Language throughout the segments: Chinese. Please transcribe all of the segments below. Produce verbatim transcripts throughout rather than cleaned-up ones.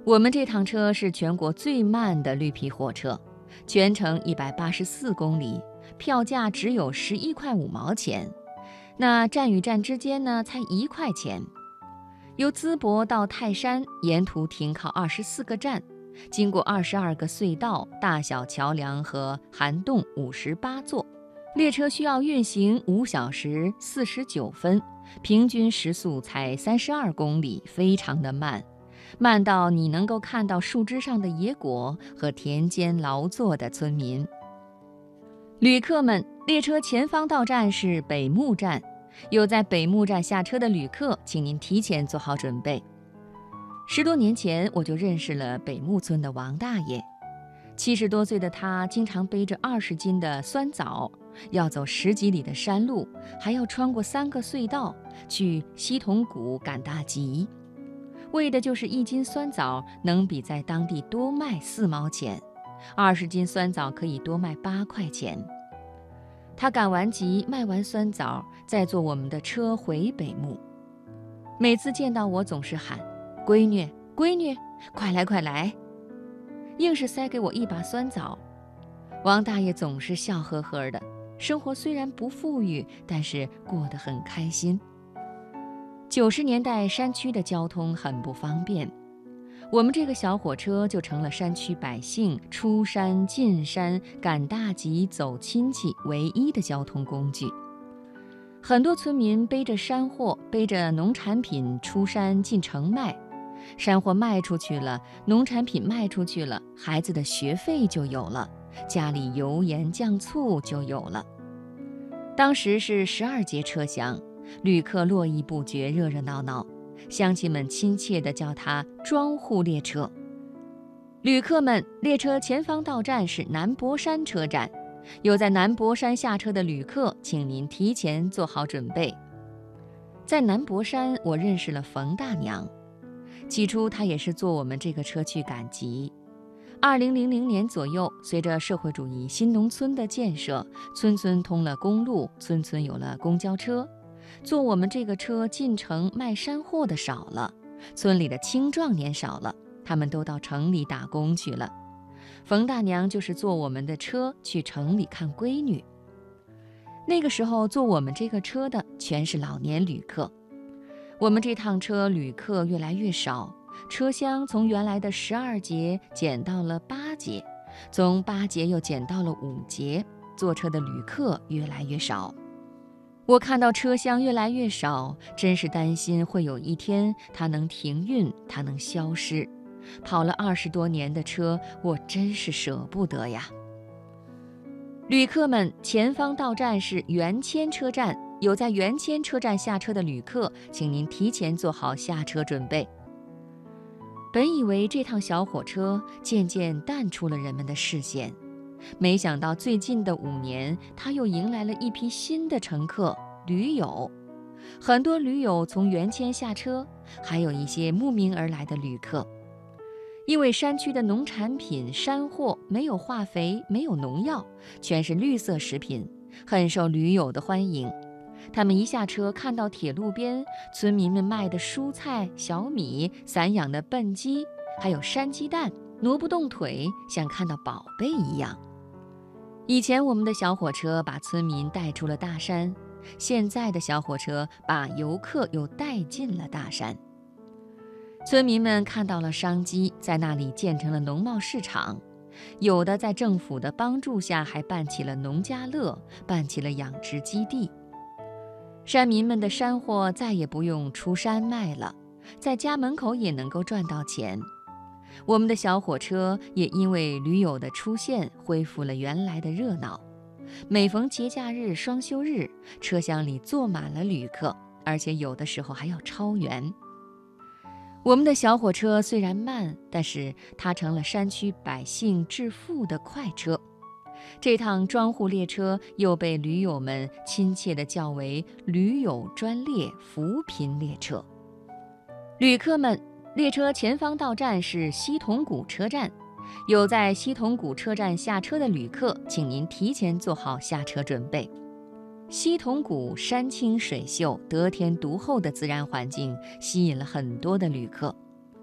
我们这趟车是全国最慢的绿皮火车，全程一百八十四公里，票价只有十一块五毛钱。那站与站之间呢，才一块钱。由淄博到泰山，沿途停靠二十四个站，经过二十二个隧道、大小桥梁和涵洞五十八座。列车需要运行五小时四十九分，平均时速才三十二公里，非常的慢，慢到你能够看到树枝上的野果和田间劳作的村民。旅客们，列车前方到站是北木站，有在北木站下车的旅客，请您提前做好准备。十多年前，我就认识了北木村的王大爷。七十多岁的他经常背着二十斤的酸枣，要走十几里的山路，还要穿过三个隧道去西桐谷赶大集，为的就是一斤酸枣能比在当地多卖四毛钱，二十斤酸枣可以多卖八块钱。他赶完集，卖完酸枣，再坐我们的车回北木。每次见到我，总是喊：“闺女，闺女，快来快来！”硬是塞给我一把酸枣。王大爷总是笑呵呵的，生活虽然不富裕，但是过得很开心。九十年代山区的交通很不方便，我们这个小火车就成了山区百姓出山进山、赶大集、走亲戚唯一的交通工具。很多村民背着山货、背着农产品出山进城卖，山货卖出去了，农产品卖出去了，孩子的学费就有了，家里油盐酱醋就有了。当时是十二节车厢，旅客络绎不绝，热热闹闹，乡亲们亲切地叫它庄户列车。旅客们，列车前方到站是南博山车站，有在南博山下车的旅客，请您提前做好准备。在南博山，我认识了冯大娘。起初她也是坐我们这个车去赶集。二零零零年左右，随着社会主义新农村的建设，村村通了公路，村村有了公交车，坐我们这个车进城卖山货的少了，村里的青壮年少了，他们都到城里打工去了。冯大娘就是坐我们的车去城里看闺女。那个时候坐我们这个车的全是老年旅客。我们这趟车旅客越来越少，车厢从原来的十二节减到了八节，从八节又减到了五节，坐车的旅客越来越少。我看到车厢越来越少，真是担心会有一天它能停运，它能消失。跑了二十多年的车，我真是舍不得呀。旅客们，前方到站是原迁车站，有在原迁车站下车的旅客，请您提前做好下车准备。本以为这趟小火车渐渐淡出了人们的视线，没想到最近的五年，它又迎来了一批新的乘客——驴友。很多驴友从原迁下车，还有一些慕名而来的旅客。因为山区的农产品、山货没有化肥，没有农药，全是绿色食品，很受驴友的欢迎。他们一下车，看到铁路边村民们卖的蔬菜、小米、散养的笨鸡，还有山鸡蛋，挪不动腿，像看到宝贝一样。以前我们的小火车把村民带出了大山，现在的小火车把游客又带进了大山。村民们看到了商机，在那里建成了农贸市场，有的在政府的帮助下还办起了农家乐，办起了养殖基地。山民们的山货再也不用出山卖了，在家门口也能够赚到钱。我们的小火车也因为驴友的出现，恢复了原来的热闹。每逢节假日、双休日，车厢里坐满了旅客，而且有的时候还要超员。我们的小火车虽然慢，但是它成了山区百姓致富的快车。这趟庄户列车又被驴友们亲切地叫为驴友专列扶贫列车。旅客们，列车前方到站是西桐谷车站，有在西桐谷车站下车的旅客，请您提前做好下车准备。西桐谷山清水秀、得天独厚的自然环境吸引了很多的旅客。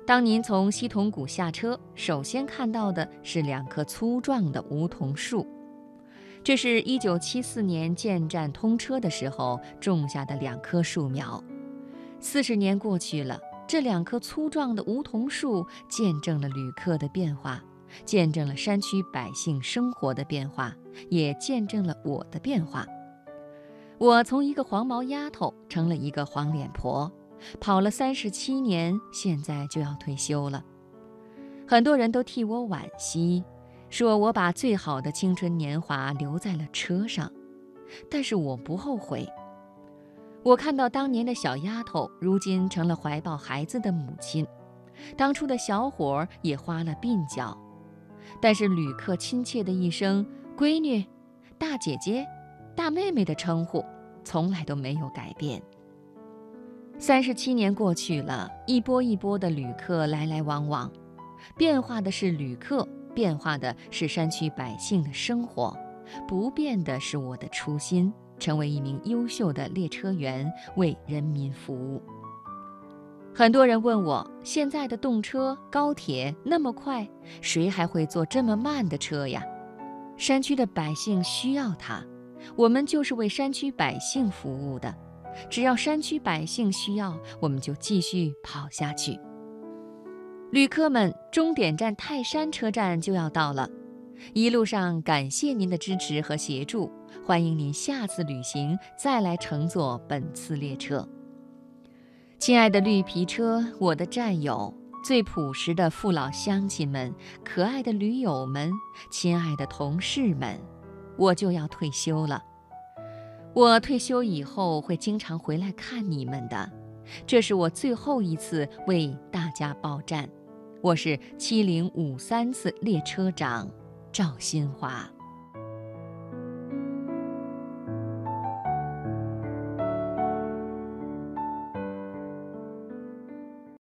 当您从西桐谷下车，首先看到的是两棵粗壮的梧桐树。这是一九七四年建站通车的时候种下的两棵树苗。四十年过去了，这两棵粗壮的梧桐树见证了旅客的变化，见证了山区百姓生活的变化，也见证了我的变化。我从一个黄毛丫头成了一个黄脸婆，跑了三十七年，现在就要退休了。很多人都替我惋惜，说我把最好的青春年华留在了车上，但是我不后悔。我看到当年的小丫头，如今成了怀抱孩子的母亲；当初的小伙儿也花了鬓角，但是旅客亲切的一声“闺女”“大姐姐”“大妹妹”的称呼，从来都没有改变。三十七年过去了，一波一波的旅客来来往往，变化的是旅客，变化的是山区百姓的生活，不变的是我的初心，成为一名优秀的列车员，为人民服务。很多人问我，现在的动车、高铁那么快，谁还会坐这么慢的车呀？山区的百姓需要它，我们就是为山区百姓服务的。只要山区百姓需要，我们就继续跑下去。旅客们，终点站泰山车站就要到了，一路上感谢您的支持和协助，欢迎您下次旅行再来乘坐本次列车。亲爱的绿皮车，我的战友，最朴实的父老乡亲们，可爱的驴友们，亲爱的同事们，我就要退休了。我退休以后会经常回来看你们的，这是我最后一次为大家报站。我是七零五三次列车长赵新华。